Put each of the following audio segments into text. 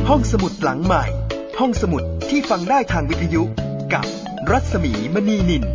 ห้องสมุดหลังใหม่ห้องสมุดที่ฟังได้ทางวิทยุกับรัศมีมณีนิน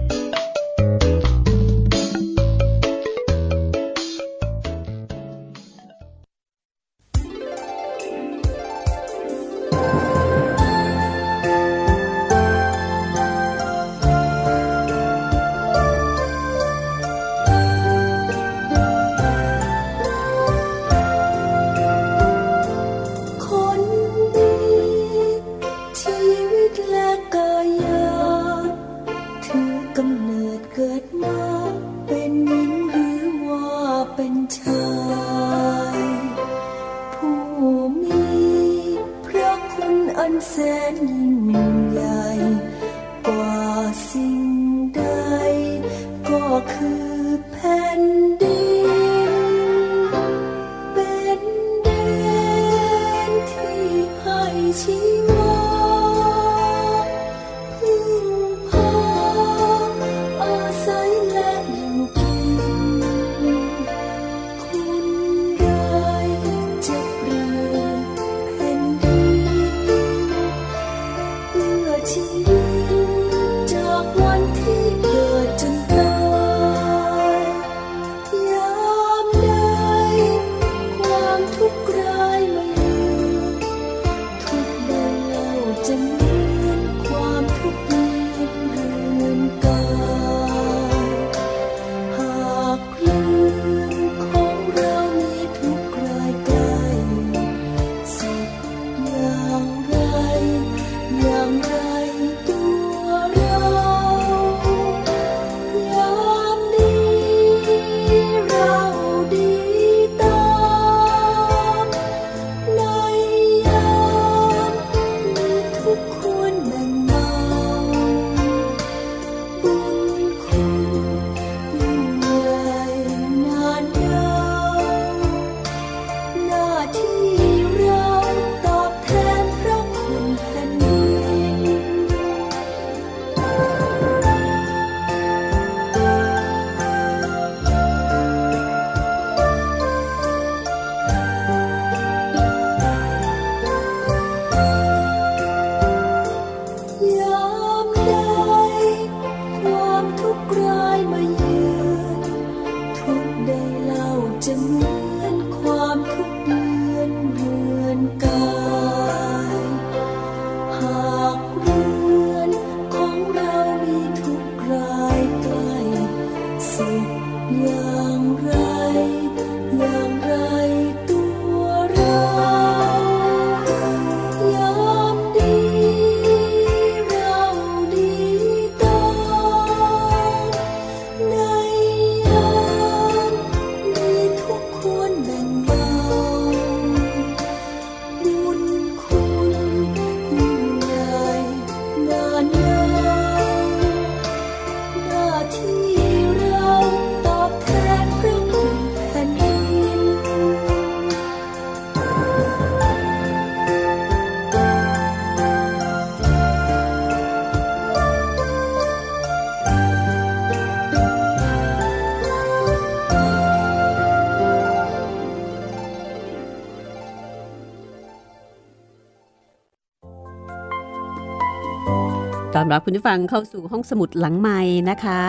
ต้อนรับคุณผู้ฟังเข้าสู่ห้องสมุดหลังไมค์นะคะ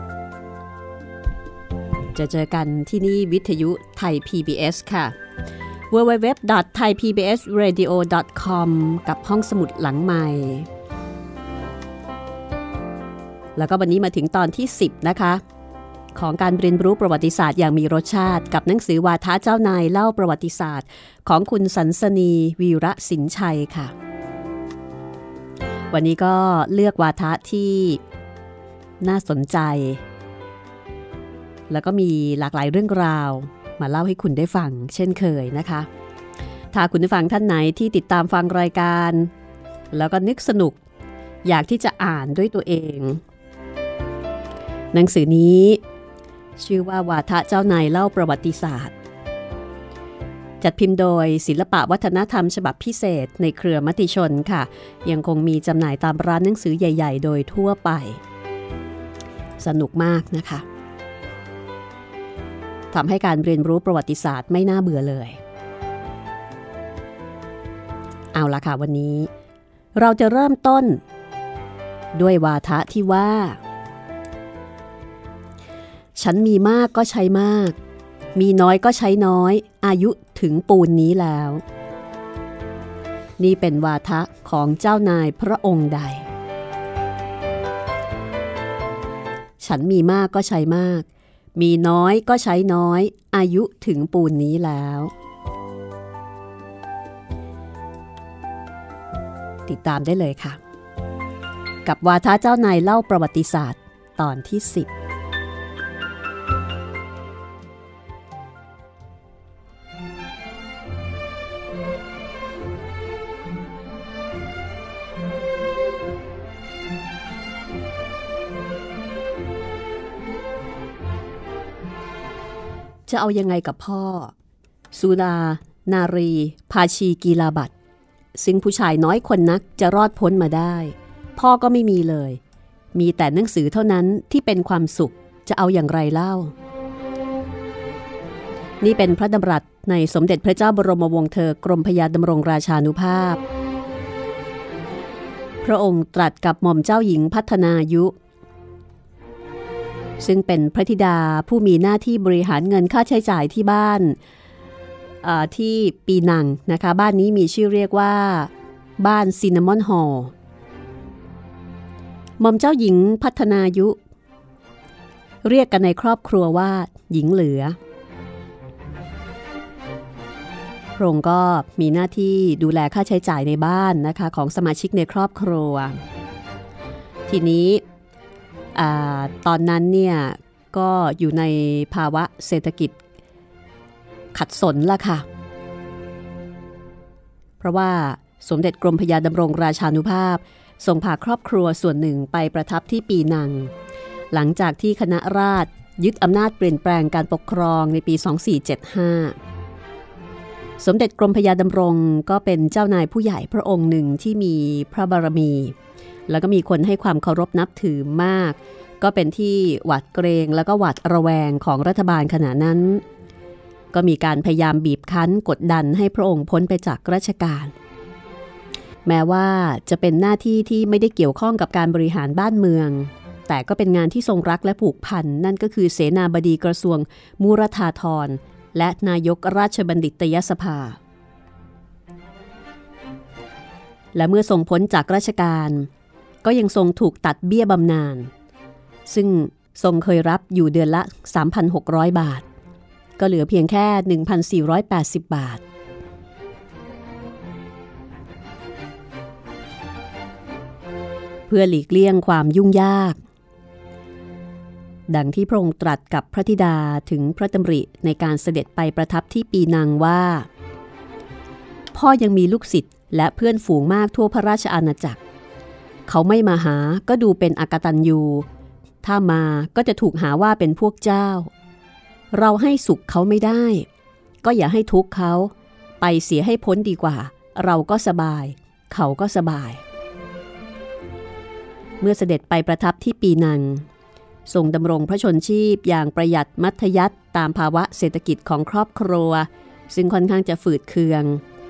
จะเจอกันที่นี่วิทยุไทย PBS ค่ะ www.thaipbsradio.com กับห้องสมุดหลังไมค์แล้วก็วันนี้มาถึงตอนที่10นะคะของการเรียนรู้ประวัติศาสตร์อย่างมีรสชาติกับหนังสือวาทะเจ้านายเล่าประวัติศาสตร์ของคุณสันสนีวีระสินชัยค่ะวันนี้ก็เลือกวาทะที่น่าสนใจแล้วก็มีหลากหลายเรื่องราวมาเล่าให้คุณได้ฟังเช่นเคยนะคะถ้าคุณผู้ฟังท่านไหนที่ติดตามฟังรายการแล้วก็นึกสนุกอยากที่จะอ่านด้วยตัวเองหนังสือนี้ชื่อว่าวาทะเจ้านายเล่าประวัติศาสตร์จัดพิมพ์โดยศิลปะวัฒนธรรมฉบับพิเศษในเครือมติชนค่ะยังคงมีจำหน่ายตามร้านหนังสือใหญ่ๆโดยทั่วไปสนุกมากนะคะทำให้การเรียนรู้ประวัติศาสตร์ไม่น่าเบื่อเลยเอาละค่ะวันนี้เราจะเริ่มต้นด้วยวาทะที่ว่าฉันมีมากก็ใช้มากมีน้อยก็ใช้น้อยอายุถึงปูนนี้แล้วนี่เป็นวาทะของเจ้านายพระองค์ใดฉันมีมากก็ใช้มากมีน้อยก็ใช้น้อยอายุถึงปูนนี้แล้วติดตามได้เลยค่ะกับวาทะเจ้านายเล่าประวัติศาสตร์ตอนที่10จะเอายังไงกับพ่อสุดานารีภาชีกีฬาบัตรซึ่งผู้ชายน้อยคนนักจะรอดพ้นมาได้พ่อก็ไม่มีเลยมีแต่หนังสือเท่านั้นที่เป็นความสุขจะเอาอย่างไรเล่านี่เป็นพระดำรัสในสมเด็จพระเจ้าบรมวงศ์เธอกรมพระยาดำรงราชานุภาพพระองค์ตรัสกับหม่อมเจ้าหญิงพัฒนายุซึ่งเป็นพระธิดาผู้มีหน้าที่บริหารเงินค่าใช้จ่ายที่บ้านที่ปีนังนะคะบ้านนี้มีชื่อเรียกว่าบ้านซินนามอนฮอลล์หม่อมเจ้าหญิงพัฒนายุเรียกกันในครอบครัวว่าหญิงเหลือพระองค์ก็มีหน้าที่ดูแลค่าใช้จ่ายในบ้านนะคะของสมาชิกในครอบครัวทีนี้ตอนนั้นเนี่ยก็อยู่ในภาวะเศรษฐกิจขัดสนละค่ะเพราะว่าสมเด็จกรมพระยาดำรงราชานุภาพทรงพาครอบครัวส่วนหนึ่งไปประทับที่ปีนังหลังจากที่คณะราษฎรยึดอำนาจเปลี่ยนแปลงการปกครองในปี 2475 สมเด็จกรมพระยาดำรงก็เป็นเจ้านายผู้ใหญ่พระองค์หนึ่งที่มีพระบารมีแล้วก็มีคนให้ความเคารพนับถือมากก็เป็นที่หวาดเกรงแล้วก็หวาดระแวงของรัฐบาลขณะนั้นก็มีการพยายามบีบคั้นกดดันให้พระองค์พ้นไปจากราชการแม้ว่าจะเป็นหน้าที่ที่ไม่ได้เกี่ยวข้องกับการบริหารบ้านเมืองแต่ก็เป็นงานที่ทรงรักและผูกพันนั่นก็คือเสนาบดีกระทรวงมูรธาธรและนายกราชบัณฑิตยสภาและเมื่อทรงพ้นจากราชการก็ยังทรงถูกตัดเบี้ยบำนาญซึ่งทรงเคยรับอยู่เดือนละ 3,600 บาทก็เหลือเพียงแค่ 1,480 บาทเพื่อหลีกเลี่ยงความยุ่งยากดังที่พระองค์ตรัสกับพระธิดาถึงพระดำริในการเสด็จไปประทับที่ปีนังว่าพ่อยังมีลูกศิษย์และเพื่อนฝูงมากทั่วพระราชอาณาจักรเขาไม่มาหาก็ดูเป็นอกตัญญูถ้ามาก็จะถูกหาว่าเป็นพวกเจ้าเราให้สุขเขาไม่ได้ก็อย่าให้ทุกข์เขาไปเสียให้พ้นดีกว่าเราก็สบายเขาก็สบายเมื่อเสด็จไปประทับที่ปีนังทรงดำรงพระชนชีพอย่างประหยัดมัธยัสถ์ตามภาวะเศรษฐกิจของครอบครัวซึ่งค่อนข้างจะฝืดเคือง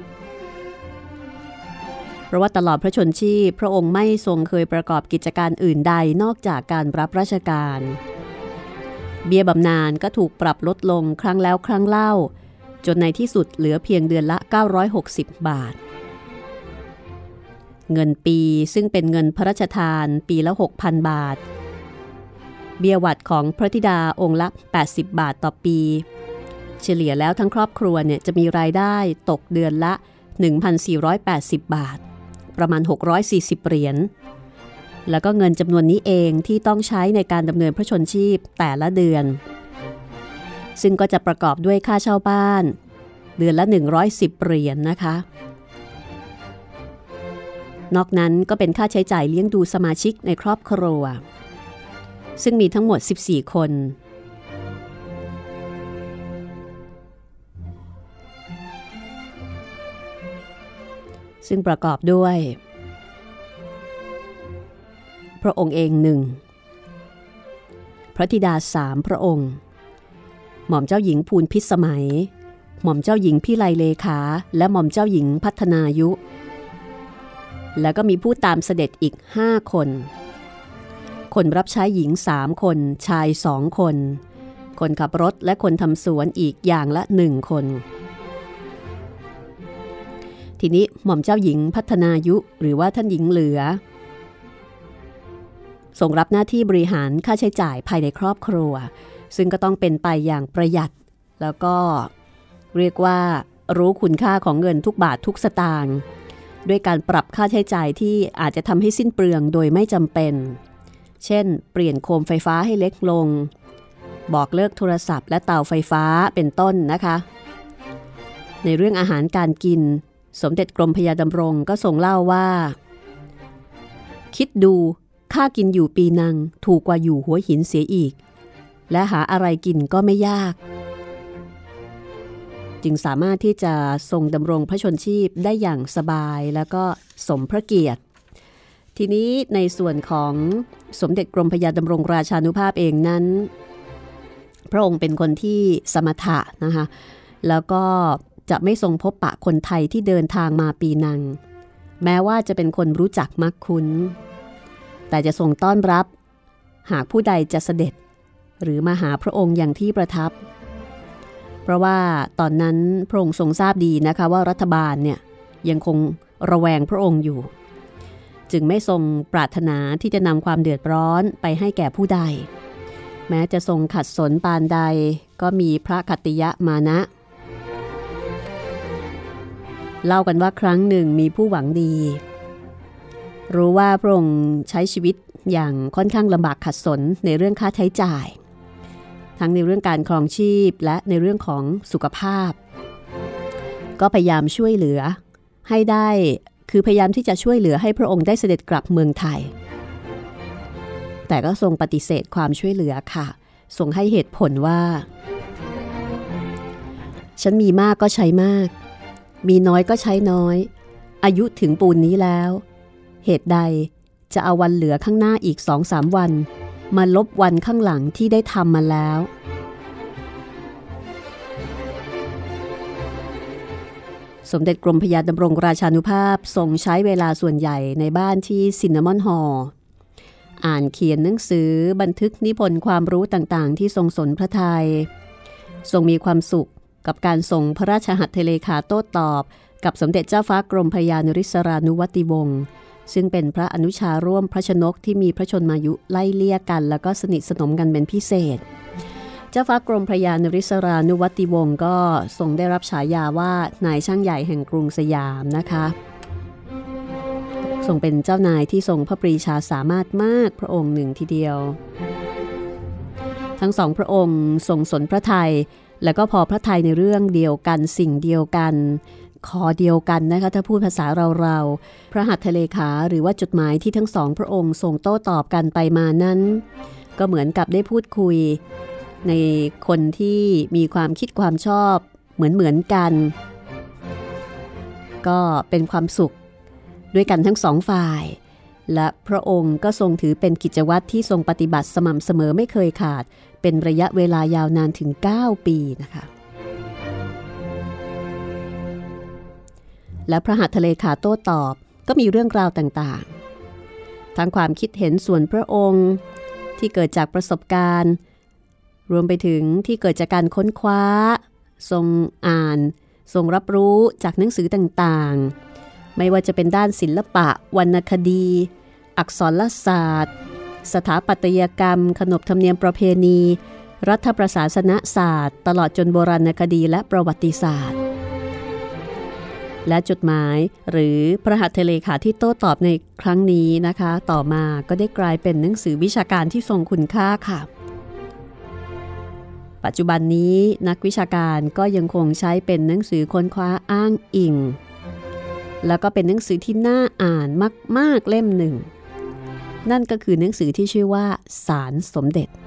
เพราะว่าตลอดพระชนชีพพระองค์ไม่ทรงเคยประกอบกิจการอื่นใดนอกจากการรับราชการเบี้ยบำนาญก็ถูกปรับลดลงครั้งแล้วครั้งเล่าจนในที่สุดเหลือเพียงเดือนละ960 บาทเงินปีซึ่งเป็นเงินพระราชทานปีละ 6,000 บาทเบี้ยหวัดของพระธิดาองค์ละ80 บาทต่อปีเฉลี่ยแล้วทั้งครอบครัวเนี่ยจะมีรายได้ตกเดือนละ 1,480 บาทประมาณ640 เหรียญแล้วก็เงินจำนวนนี้เองที่ต้องใช้ในการดำเนินพระชนชีพแต่ละเดือนซึ่งก็จะประกอบด้วยค่าเช่าบ้านเดือนละ110 เหรียญนะคะนอกนั้นก็เป็นค่าใช้จ่ายเลี้ยงดูสมาชิกในครอบครัวซึ่งมีทั้งหมด14 คนซึ่งประกอบด้วยพระองค์เอง1พระธิดา3พระองค์หม่อมเจ้าหญิงภูลพิสมัยหม่อมเจ้าหญิงพิไลเลขาและหม่อมเจ้าหญิงพัฒนายุแล้วก็มีผู้ตามเสด็จอีก5 คนคนรับใช้หญิง3 คนชาย2 คนคนขับรถและคนทำสวนอีกอย่างละ1 คนทีนี้หม่อมเจ้าหญิงพัฒนายุหรือว่าท่านหญิงเหลือทรงรับหน้าที่บริหารค่าใช้จ่ายภายในครอบครัวซึ่งก็ต้องเป็นไปอย่างประหยัดแล้วก็เรียกว่ารู้คุณค่าของเงินทุกบาททุกสตางค์ด้วยการปรับค่าใช้จ่ายที่อาจจะทำให้สิ้นเปลืองโดยไม่จำเป็นเช่นเปลี่ยนโคมไฟฟ้าให้เล็กลงบอกเลิกโทรศัพท์และเตาไฟฟ้าเป็นต้นนะคะในเรื่องอาหารการกินสมเด็จกรมพระยาดำรงก็ทรงเล่าว่าคิดดูค่ากินอยู่ปีนังถูกกว่าอยู่หัวหินเสียอีกและหาอะไรกินก็ไม่ยากจึงสามารถที่จะทรงดำรงพระชนชีพได้อย่างสบายแล้วก็สมพระเกียรติทีนี้ในส่วนของสมเด็จกรมพระยาดำรงราชานุภาพเองนั้นพระองค์เป็นคนที่สมถะนะคะแล้วก็จะไม่ทรงพบปะคนไทยที่เดินทางมาปีนังแม้ว่าจะเป็นคนรู้จักมักคุ้นแต่จะทรงต้อนรับหากผู้ใดจะเสด็จหรือมาหาพระองค์อย่างที่ประทับเพราะว่าตอนนั้นพระองค์ทรงทราบดีนะคะว่ารัฐบาลเนี่ยยังคงระแวงพระองค์อยู่จึงไม่ทรงปรารถนาที่จะนำความเดือดร้อนไปให้แก่ผู้ใดแม้จะทรงขัดสนปานใดก็มีพระคัตติยมานะเล่ากันว่าครั้งหนึ่งมีผู้หวังดีรู้ว่าพระองค์ใช้ชีวิตอย่างค่อนข้างลำบากขัดสนในเรื่องค่าใช้จ่ายทั้งในเรื่องการครองชีพและในเรื่องของสุขภาพก็พยายามช่วยเหลือให้ได้คือพยายามที่จะช่วยเหลือให้พระองค์ได้เสด็จกลับเมืองไทยแต่ก็ทรงปฏิเสธความช่วยเหลือค่ะทรงให้เหตุผลว่าฉันมีมากก็ใช้มากมีน้อยก็ใช้น้อยอายุถึงปูนนี้แล้วเหตุใดจะเอาวันเหลือข้างหน้าอีก 2-3 วันมาลบวันข้างหลังที่ได้ทำมาแล้วสมเด็จกรมพระยาดำรงราชานุภาพทรงใช้เวลาส่วนใหญ่ในบ้านที่ซินนามอนฮอลล์อ่านเขียนหนังสือบันทึกนิพนธ์ความรู้ต่างๆที่ทรงสนพระทัยทรงมีความสุขกับการส่งพระราชหัตถเลขาโต้ตอบกับสมเด็จเจ้าฟ้ากรมพระยานริศรานุวัติวงศ์ซึ่งเป็นพระอนุชาร่วมพระชนกที่มีพระชนมายุไล่เลี่ยกันแล้วก็สนิทสนมกันเป็นพิเศษเจ้าฟ้ากรมพระยานริศรานุวัติวงศ์ก็ทรงได้รับฉายาว่านายช่างใหญ่แห่งกรุงสยามนะคะทรงเป็นเจ้านายที่ทรงพระปรีชาสามารถมากพระองค์หนึ่งทีเดียวทั้งสองพระองค์ทรงสนพระทัยแล้วก็พอพระทัยในเรื่องเดียวกันสิ่งเดียวกันคอเดียวกันนะคะถ้าพูดภาษาเราพระหัตถเลขาหรือว่าจดหมายที่ทั้งสองพระองค์ส่งโต้ตอบกันไปมานั้นก็เหมือนกับได้พูดคุยในคนที่มีความคิดความชอบเหมือนกันก็เป็นความสุขด้วยกันทั้งสองฝ่ายและพระองค์ก็ทรงถือเป็นกิจวัตรที่ทรงปฏิบัติสม่ำเสมอไม่เคยขาดเป็นระยะเวลายาวนานถึง9 ปีนะคะและพระหัตถเลขาโต้ตอบก็มีเรื่องราวต่างๆทั้งความคิดเห็นส่วนพระองค์ที่เกิดจากประสบการณ์รวมไปถึงที่เกิดจากการค้นคว้าทรงอ่านทรงรับรู้จากหนังสือต่างๆไม่ว่าจะเป็นด้านศิลปะวรรณคดีอักษรศาสตร์สถาปัตยกรรมขนบธรรมเนียมประเพณีรัฐประศาสนศาสตร์ตลอดจนโบราณคดีและประวัติศาสตร์และจดหมายหรือพระหัตถเลขาที่โต้ตอบในครั้งนี้นะคะต่อมาก็ได้กลายเป็นหนังสือวิชาการที่ทรงคุณค่าค่ะปัจจุบันนี้นักวิชาการก็ยังคงใช้เป็นหนังสือค้นคว้าอ้างอิงแล้วก็เป็นหนังสือที่น่าอ่านมากๆเล่มหนึ่งนั่นก็คือหนังสือที่ชื่อว่าศาลสมเด็จ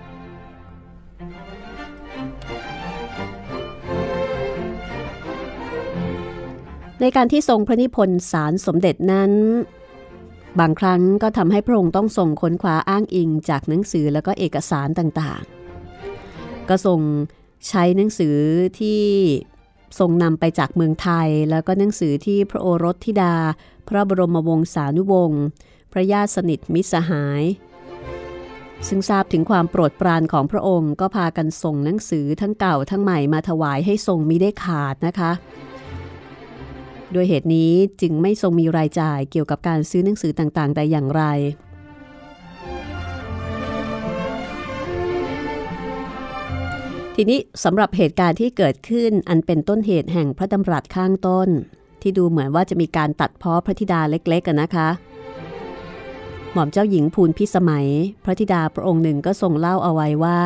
ในการที่ทรงพระนิพนธ์ศาลสมเด็จนั้นบางครั้งก็ทำให้พระองค์ต้องทรงค้นคว้าอ้างอิงจากหนังสือแล้วก็เอกสารต่างๆก็ทรงใช้หนังสือที่ทรงนำไปจากเมืองไทยแล้วก็หนังสือที่พระโอรสธิดาพระบรมวงศานุวงศ์พระญาติสนิทมิตรสหายซึ่งทราบถึงความโปรดปรานของพระองค์ก็พากันส่งหนังสือทั้งเก่าทั้งใหม่มาถวายให้ทรงมิได้ขาดนะคะโดยเหตุนี้จึงไม่ทรงมีรายจ่ายเกี่ยวกับการซื้อหนังสือต่างๆแต่อย่างไรทีนี้สำหรับเหตุการณ์ที่เกิดขึ้นอันเป็นต้นเหตุแห่งพระดำรัสข้างต้นที่ดูเหมือนว่าจะมีการตัดพ้อพระธิดาเล็กๆกันนะคะหม่อมเจ้าหญิงภูลพิสมัยพระธิดาพระองค์หนึ่งก็ทรงเล่าเอาไว้ว่า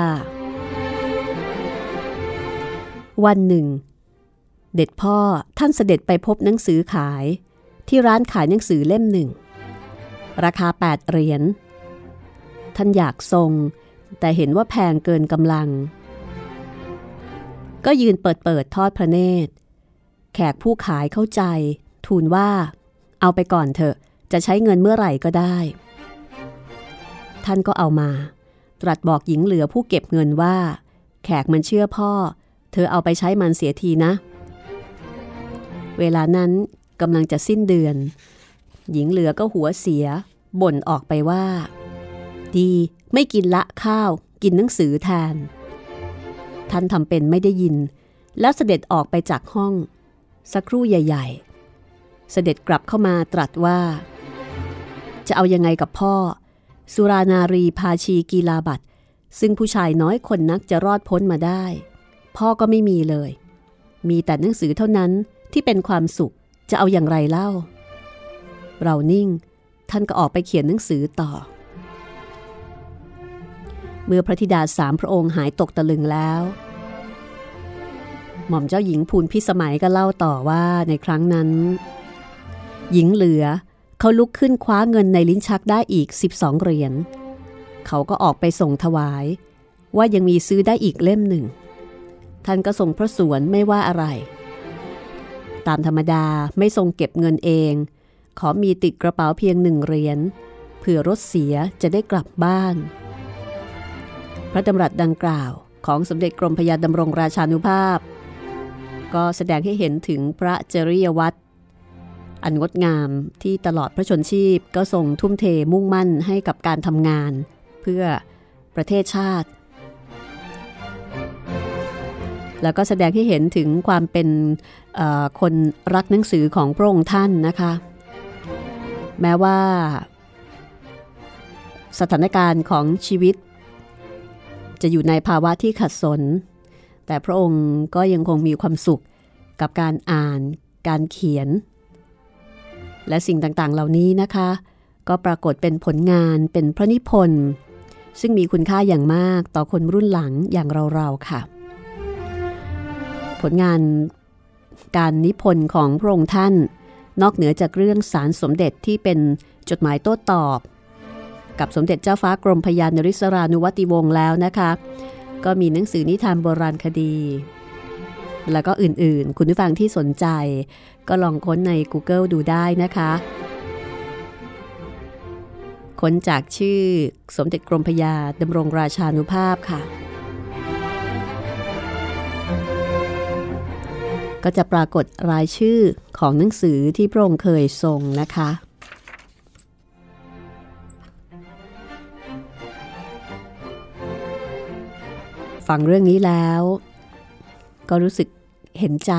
วันหนึ่งเด็ดพ่อท่านเสด็จไปพบหนังสือขายที่ร้านขายหนังสือเล่มหนึ่งราคา8 เหรียญท่านอยากทรงแต่เห็นว่าแพงเกินกำลังก็ยืนเปิดทอดพระเนตรแขกผู้ขายเข้าใจทูลว่าเอาไปก่อนเถอะจะใช้เงินเมื่อไหร่ก็ได้ท่านก็เอามาตรัสบอกหญิงเหลือผู้เก็บเงินว่าแขกมันเชื่อพ่อเธอเอาไปใช้มันเสียทีนะเวลานั้นกำลังจะสิ้นเดือนหญิงเหลือก็หัวเสียบ่นออกไปว่าดีไม่กินละข้าวกินหนังสือแทนท่านทำเป็นไม่ได้ยินแล้วเสด็จออกไปจากห้องสักครู่ใหญ่ๆเสด็จกลับเข้ามาตรัสว่าจะเอายังไงกับพ่อสุรานารีภาชีกีฬาบัตรซึ่งผู้ชายน้อยคนนักจะรอดพ้นมาได้พ่อก็ไม่มีเลยมีแต่หนังสือเท่านั้นที่เป็นความสุขจะเอาอย่างไรเล่าเรานิ่งท่านก็ออกไปเขียนหนังสือต่อเมื่อพระธิดา3 พระองค์หายตกตะลึงแล้วหม่อมเจ้าหญิงภูลพิสมัยก็เล่าต่อว่าในครั้งนั้นหญิงเหลือเขาลุกขึ้นคว้าเงินในลิ้นชักได้อีก12 เหรียญเขาก็ออกไปส่งถวายว่ายังมีซื้อได้อีกเล่มหนึ่งท่านก็ทรงพระสวนไม่ว่าอะไรตามธรรมดาไม่ทรงเก็บเงินเองขอมีติดกระเป๋าเพียง1 เหรียญเผื่อรถเสียจะได้กลับบ้านพระดำรัสดังกล่าวของสมเด็จกรมพระยาดำรงราชานุภาพก็แสดงให้เห็นถึงพระจริยวัตรอันงดงามที่ตลอดพระชนชีพก็ทรงทุ่มเทมุ่งมั่นให้กับการทำงานเพื่อประเทศชาติแล้วก็แสดงให้เห็นถึงความเป็นคนรักหนังสือของพระองค์ท่านนะคะแม้ว่าสถานการณ์ของชีวิตจะอยู่ในภาวะที่ขัดสนแต่พระองค์ก็ยังคงมีความสุขกับการอ่านการเขียนและสิ่งต่างๆเหล่านี้นะคะก็ปรากฏเป็นผลงานเป็นพระนิพนธ์ซึ่งมีคุณค่าอย่างมากต่อคนรุ่นหลังอย่างเราๆค่ะผลงานการนิพนธ์ของพระองค์ท่านนอกเหนือจากเรื่องสารสมเด็จที่เป็นจดหมายโต้ตอบกับสมเด็จเจ้าฟ้ากรมพระยานริศรานุวัติวงศ์แล้วนะคะก็มีหนังสือนิทานโบราณคดีแล้วก็อื่นๆคุณผู้ฟังที่สนใจก็ลองค้นใน Google ดูได้นะคะค้นจากชื่อสมเด็จกรมพระยาดำรงราชานุภาพค่ะก็จะปรากฏรายชื่อของหนังสือที่พระองค์เคยทรงนะคะฟังเรื่องนี้แล้วก็รู้สึกเห็นใจ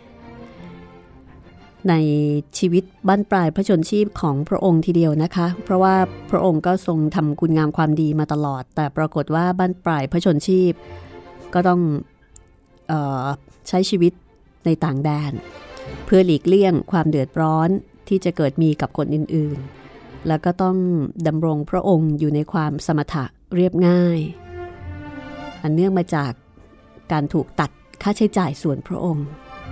ในชีวิตบั้นปลายพระชนชีพของพระองค์ทีเดียวนะคะเพราะว่าพระองค์ก็ทรงทำคุณงามความดีมาตลอดแต่ปรากฏว่าบั้นปลายพระชนชีพก็ต้องใช้ชีวิตในต่างแดนเพื่อหลีกเลี่ยงความเดือดร้อนที่จะเกิดมีกับคนอื่นๆแล้วก็ต้องดำรงพระองค์อยู่ในความสมถะเรียบง่ายอันเนื่องมาจากการถูกตัดค่าใช้จ่ายส่วนพระองค์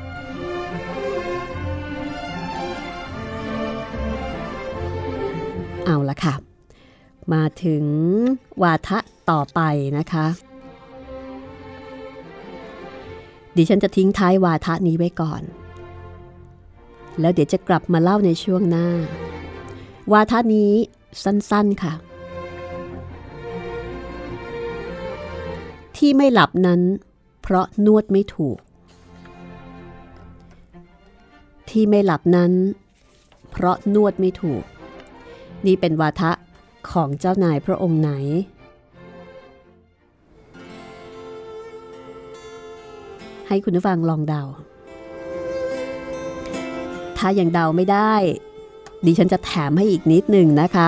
เอาละค่ะมาถึงวาทะต่อไปนะคะดิฉันจะทิ้งท้ายวาทะนี้ไว้ก่อนแล้วเดี๋ยวจะกลับมาเล่าในช่วงหน้าวาทะนี้สั้นๆค่ะที่ไม่หลับนั้นเพราะนวดไม่ถูกที่ไม่หลับนั้นเพราะนวดไม่ถูกนี่เป็นวาทะของเจ้านายพระองค์ไหนให้คุณผู้ฟังลองเดาถ้ายังเดาไม่ได้ดิฉันจะแถมให้อีกนิดหนึ่งนะคะ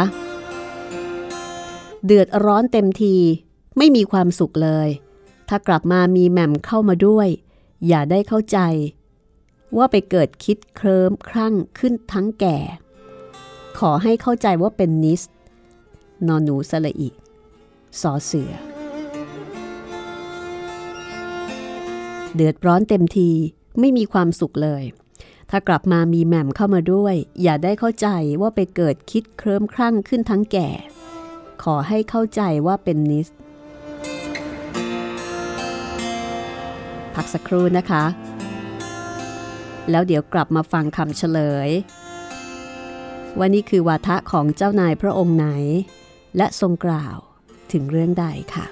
เดือดร้อนเต็มทีไม่มีความสุขเลยถ้ากลับมามีแหม่มเข้ามาด้วยอย่าได้เข้าใจว่าไปเกิดคิดเคลิ้มคลั่งขึ้นทั้งแก่ขอให้เข้าใจว่าเป็นนิสนอหนูสระอิสอเสือเดือดร้อนเต็มทีไม่มีความสุขเลยถ้ากลับมามีแหม่มเข้ามาด้วยอย่าได้เข้าใจว่าไปเกิดคิดเคลิ้มคลั่งขึ้นทั้งแก่ขอให้เข้าใจว่าเป็นนิสพักสักครู่นะคะแล้วเดี๋ยวกลับมาฟังคำเฉลยว่านี่คือวาทะของเจ้านายพระองค์ไหนและทรงกล่าวถึงเรื่องใดค่ะ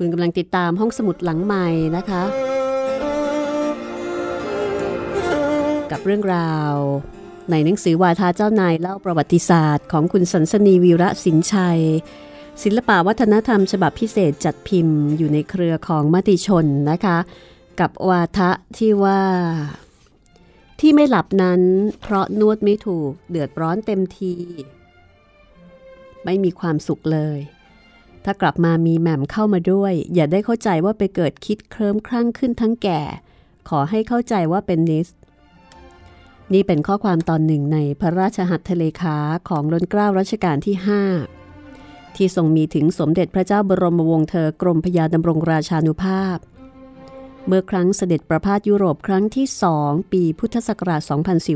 คุณกำลังติดตามห้องสมุดหลังใหม่นะคะกับเรื่องราวในหนังสือวาทาเจ้านายเล่าประวัติศาสตร์ของคุณสันสนีวีระสินชัยศิลปวัฒนธรรมฉบับพิเศษจัดพิมพ์อยู่ในเครือของมติชนนะคะกับวาทะที่ว่าที่ไม่หลับนั้นเพราะนวดไม่ถูกเดือดร้อนเต็มทีไม่มีความสุขเลยถ้ากลับมามีแหม่มเข้ามาด้วยอย่าได้เข้าใจว่าไปเกิดคิดเคลิ้มคลั่งขึ้นทั้งแก่ขอให้เข้าใจว่าเป็นนิสนี่เป็นข้อความตอนหนึ่งในพระราชหัตถเลขาของล้นเกล้ารัชกาลที่5ที่ทรงมีถึงสมเด็จพระเจ้าบรมวงศ์เธอกรมพระยาดำรงราชานุภาพเมื่อครั้งเสด็จประพาสยุโรปครั้งที่2ปีพุทธศักราช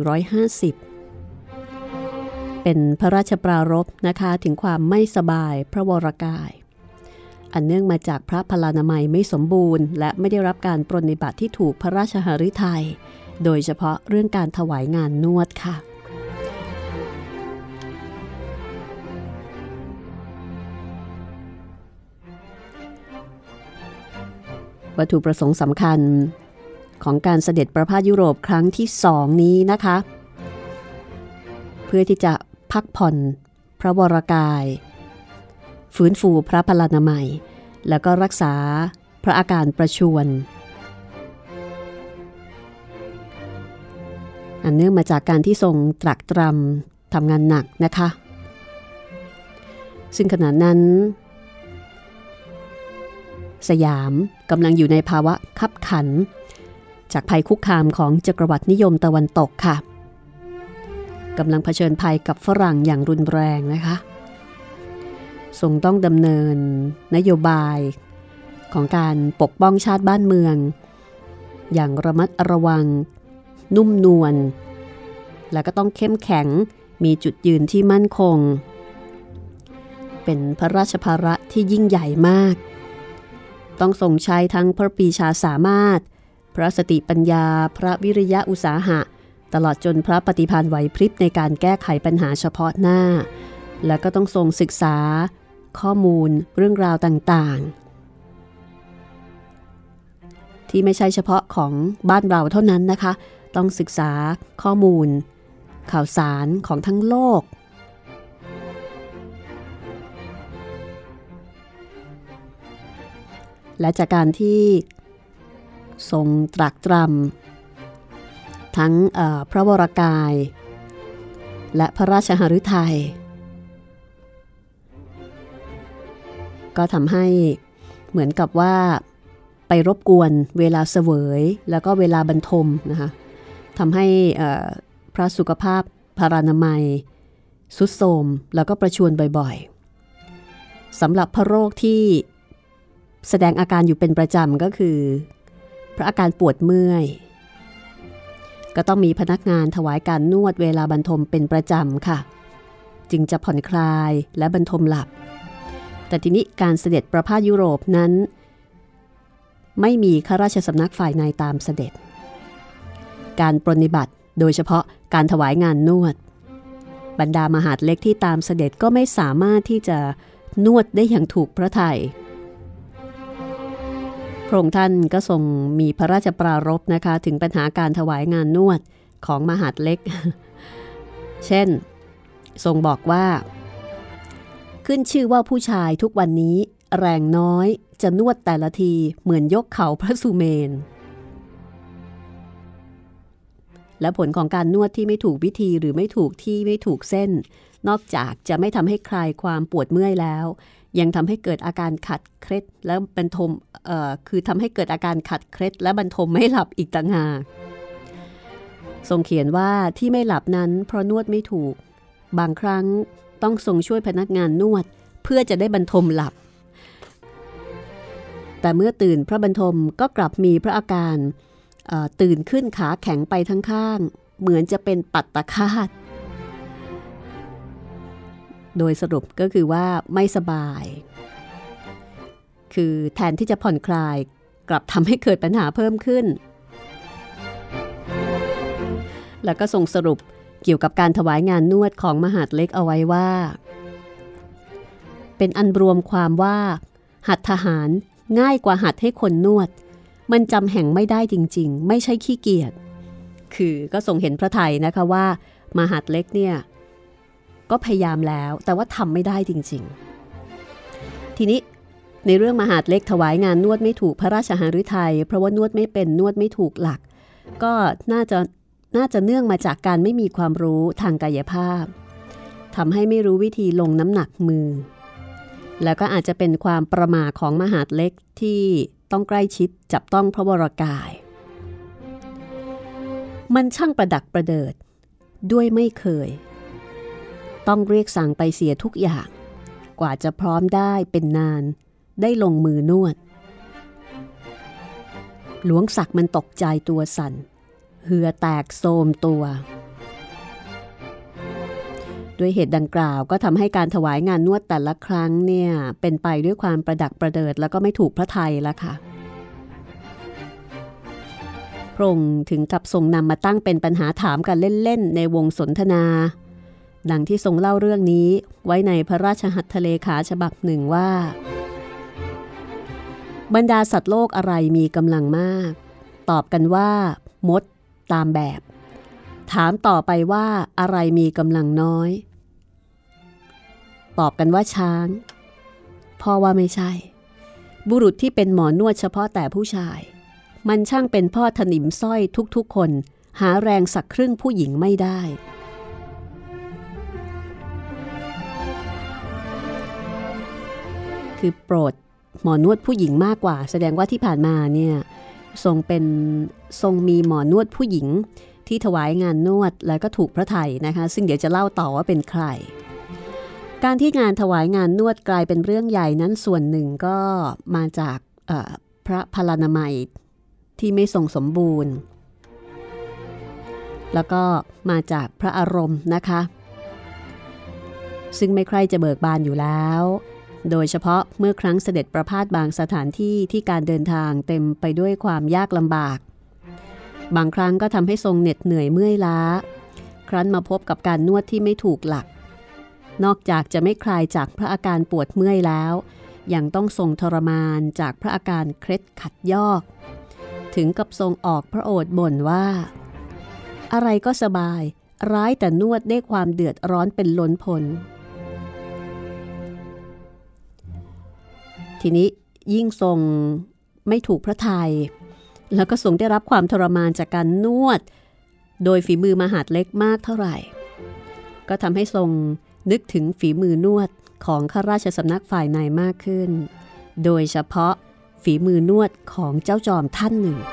2450 เป็นพระราชปรารภนะคะถึงความไม่สบายพระวรกายอันเนื่องมาจากพระพลานามัยไม่สมบูรณ์และไม่ได้รับการปรนนิบัติที่ถูกพระราชหฤทัยโดยเฉพาะเรื่องการถวายงานนวดค่ะวัตถุประสงค์สำคัญของการเสด็จประพาสยุโรปครั้งที่2นี้นะคะเพื่อที่จะพักผ่อนพระวรกายฟื้นฟูพระพลานามัยแล้วก็รักษาพระอาการประชวรอันเนื่องมาจากการที่ทรงตรักตรำทำงานหนักนะคะซึ่งขณะนั้นสยามกำลังอยู่ในภาวะคับขันจากภัยคุกคามของจักรวรรดินิยมตะวันตกค่ะกำลังเผชิญภัยกับฝรั่งอย่างรุนแรงนะคะทรงต้องดำเนินนโยบายของการปกป้องชาติบ้านเมืองอย่างระมัดระวังนุ่มนวลและก็ต้องเข้มแข็งมีจุดยืนที่มั่นคงเป็นพระราชภาระที่ยิ่งใหญ่มากต้องทรงใช้ทั้งพระปรีชาสามารถพระสติปัญญาพระวิริยะอุตสาหะตลอดจนพระปฏิภาณไหวพริบในการแก้ไขปัญหาเฉพาะหน้าและก็ต้องทรงศึกษาข้อมูลเรื่องราวต่างๆที่ไม่ใช่เฉพาะของบ้านเราเท่านั้นนะคะต้องศึกษาข้อมูลข่าวสารของทั้งโลกและจากการที่ทรงตรักตรำทั้งพระวรกายและพระราชหฤทัยก็ทำให้เหมือนกับว่าไปรบกวนเวลาเสวยแล้วก็เวลาบรรทมนะคะทำให้พระสุขภาพพระนามัยทรุดโทรมแล้วก็ประชวรบ่อยๆสำหรับพระโรคที่แสดงอาการอยู่เป็นประจำก็คือพระอาการปวดเมื่อยก็ต้องมีพนักงานถวายการนวดเวลาบรรทมเป็นประจำค่ะจึงจะผ่อนคลายและบรรทมหลับแต่ทีนี้การเสด็จประพาสยุโรปนั้นไม่มีข้าราชสำนักฝ่ายในตามเสด็จการปรนนิบัติโดยเฉพาะการถวายงานนวดบรรดามหาดเล็กที่ตามเสด็จก็ไม่สามารถที่จะนวดได้อย่างถูกพระทัยพระองค์ท่านก็ทรงมีพระราชปรารภนะคะถึงปัญหาการถวายงานนวดของมหาดเล็ก เช่นทรงบอกว่าขึ้นชื่อว่าผู้ชายทุกวันนี้แรงน้อยจะนวดแต่ละทีเหมือนยกเขาพระสุเมนและผลของการนวดที่ไม่ถูกวิธีหรือไม่ถูกที่ไม่ถูกเส้นนอกจากจะไม่ทำให้คลายความปวดเมื่อยแล้วยังทำให้เกิดอาการขัดเคล็ดและบรรทมคือทำให้เกิดอาการขัดเคล็ดและบรรทมไม่หลับอีกต่างหากทรงเขียนว่าที่ไม่หลับนั้นเพราะนวดไม่ถูกบางครั้งต้องทรงช่วยพนักงานนวดเพื่อจะได้บรรทมหลับแต่เมื่อตื่นพระบรรทมก็กลับมีพระอาการตื่นขึ้นขาแข็งไปทั้งข้างเหมือนจะเป็นปัตตฆาตโดยสรุปก็คือว่าไม่สบายคือแทนที่จะผ่อนคลายกลับทำให้เกิดปัญหาเพิ่มขึ้นแล้วก็ส่งสรุปเกี่ยวกับการถวายงานนวดของมหาดเล็กเอาไว้ว่าเป็นอันรวมความว่าหัตถหารง่ายกว่าหัดให้คนนวดมันจำแห่งไม่ได้จริงๆไม่ใช่ขี้เกียจคือก็ทรงเห็นพระทัยนะคะว่ามหาดเล็กเนี่ยก็พยายามแล้วแต่ว่าทำไม่ได้จริงๆทีนี้ในเรื่องมหาดเล็กถวายงานนวดไม่ถูกพระราชหฤทัยเพราะว่านวดไม่เป็นนวดไม่ถูกหลักก็น่าจะเนื่องมาจากการไม่มีความรู้ทางกายภาพทำให้ไม่รู้วิธีลงน้ำหนักมือแล้วก็อาจจะเป็นความประมาทของมหาดเล็กที่ต้องใกล้ชิดจับต้องพระวรกายมันช่างประดักประเดิดด้วยไม่เคยต้องเรียกสั่งไปเสียทุกอย่างกว่าจะพร้อมได้เป็นนานได้ลงมือนวดหลวงศักดิ์มันตกใจตัวสั่นเหงื่อแตกโทมตัวด้วยเหตุดังกล่าวก็ทำให้การถวายงานนวดแต่ละครั้งเนี่ยเป็นไปด้วยความประดักประเดิดแล้วก็ไม่ถูกพระทัยละค่ะพระองค์ถึงกับทรงนำมาตั้งเป็นปัญหาถามกันเล่นๆในวงสนทนาดังที่ทรงเล่าเรื่องนี้ไว้ในพระราชหัตถเลขาฉบับหนึ่งว่าบรรดาสัตว์โลกอะไรมีกำลังมากตอบกันว่ามดตามแบบถามต่อไปว่าอะไรมีกำลังน้อยตอบกันว่าช้างพ่อว่าไม่ใช่บุรุษที่เป็นหมอนวดเฉพาะแต่ผู้ชายมันช่างเป็นพ่อถนิมสร้อยทุกๆคนหาแรงสักครึ่งผู้หญิงไม่ได้คือโปรดหมอนวดผู้หญิงมากกว่าแสดงว่าที่ผ่านมาเนี่ยทรงมีหมอนวดผู้หญิงที่ถวายงานนวดแล้วก็ถูกพระทัยนะคะซึ่งเดี๋ยวจะเล่าต่อว่าเป็นใครการที่งานถวายงานนวดกลายเป็นเรื่องใหญ่นั้นส่วนหนึ่งก็มาจากพระพลานามัยที่ไม่ทรงสมบูรณ์แล้วก็มาจากพระอารมณ์นะคะซึ่งไม่ใคร่จะเบิกบานอยู่แล้วโดยเฉพาะเมื่อครั้งเสด็จประพาสบางสถานที่ที่การเดินทางเต็มไปด้วยความยากลำบากบางครั้งก็ทำให้ทรงเหน็ดเหนื่อยเมื่อยล้าครั้นมาพบกับการนวดที่ไม่ถูกหลักนอกจากจะไม่คลายจากพระอาการปวดเมื่อยแล้วยังต้องทรงทรมานจากพระอาการเคล็ดขัดยอกถึงกับทรงออกพระโอษฐ์บ่นว่าอะไรก็สบายร้ายแต่นวดได้ความเดือดร้อนเป็นล้นพ้นทีนี้ยิ่งทรงไม่ถูกพระทัยแล้วก็ทรงได้รับความทรมานจากการนวดโดยฝีมือมหาดเล็กมากเท่าไหร่ก็ทำให้ทรงนึกถึงฝีมือนวดของข้าราชสำนักฝ่ายในมากขึ้นโดยเฉพาะฝีมือนวดของเจ้าจอมท่านหนึ่ง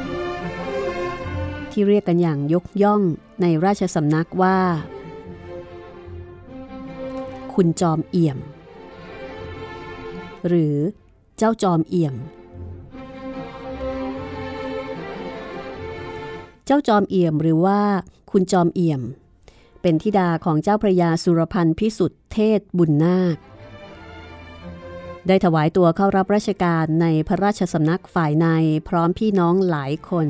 ที่เรียกกันอย่างยกย่องในราชสำนักว่าคุณจอมเอี่ยมหรือเจ้าจอมเอี่ยมเจ้าจอมเอี่ยมหรือว่าคุณจอมเอี่ยมเป็นธิดาของเจ้าพระยาสุรพันธ์พิสุทธิ์เทศบุญนาคได้ถวายตัวเข้ารับราชการในพระราชสำนักฝ่ายในพร้อมพี่น้องหลายคน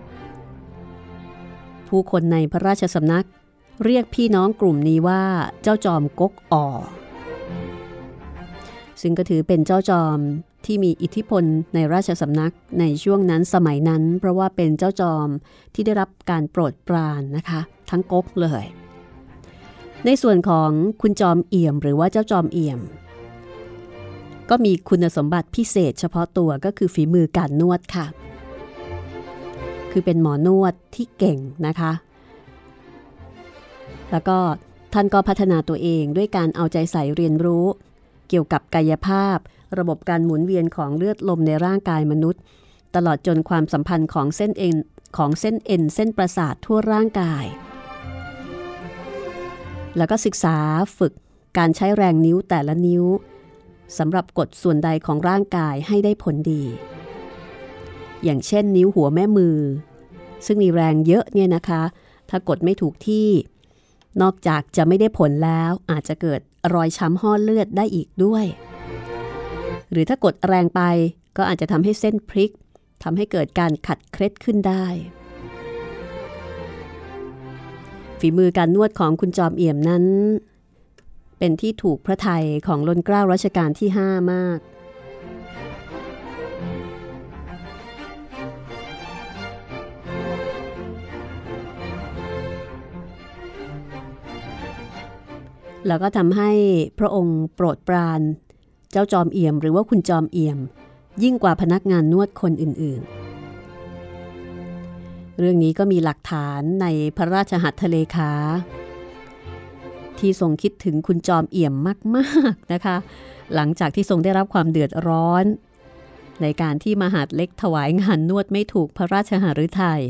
ผู้คนในพระราชสำนักเรียกพี่น้องกลุ่มนี้ว่าเจ้าจอมก๊กอ่อซึ่งก็ถือเป็นเจ้าจอมที่มีอิทธิพลในราชสำนักในช่วงนั้นสมัยนั้นเพราะว่าเป็นเจ้าจอมที่ได้รับการโปรดปรานนะคะทั้งก๊กเลยในส่วนของคุณจอมเอี่ยมหรือว่าเจ้าจอมเอี่ยมก็มีคุณสมบัติพิเศษเฉพาะตัวก็คือฝีมือการนวดค่ะคือเป็นหมอนวดที่เก่งนะคะแล้วก็ท่านก็พัฒนาตัวเองด้วยการเอาใจใส่เรียนรู้เกี่ยวกับกายภาพระบบการหมุนเวียนของเลือดลมในร่างกายมนุษย์ตลอดจนความสัมพันธ์ของเส้นเอ็นเส้นประสาททั่วร่างกายแล้วก็ศึกษาฝึกการใช้แรงนิ้วแต่ละนิ้วสำหรับกดส่วนใดของร่างกายให้ได้ผลดีอย่างเช่นนิ้วหัวแม่มือซึ่งมีแรงเยอะเนี่ยนะคะถ้ากดไม่ถูกที่นอกจากจะไม่ได้ผลแล้วอาจจะเกิดรอยช้ำห่อเลือดได้อีกด้วยหรือถ้ากดแรงไปก็อาจจะทำให้เส้นพลิกทำให้เกิดการขัดเคล็ดขึ้นได้ฝีมือการนวดของคุณจอมเอี่ยมนั้นเป็นที่ถูกพระทัยของล้นเกล้ารัชกาลที่5มากแล้วก็ทำให้พระองค์โปรดปรานเจ้าจอมเอี่ยมหรือว่าคุณจอมเอี่ยมยิ่งกว่าพนักงานนวดคนอื่นๆเรื่องนี้ก็มีหลักฐานในพระราชหัตถเลขาที่ทรงคิดถึงคุณจอมเอี่ยมมากๆนะคะหลังจากที่ทรงได้รับความเดือดร้อนในการที่มหาดเล็กถวายงานนวดไม่ถูกพระราชหฤทัย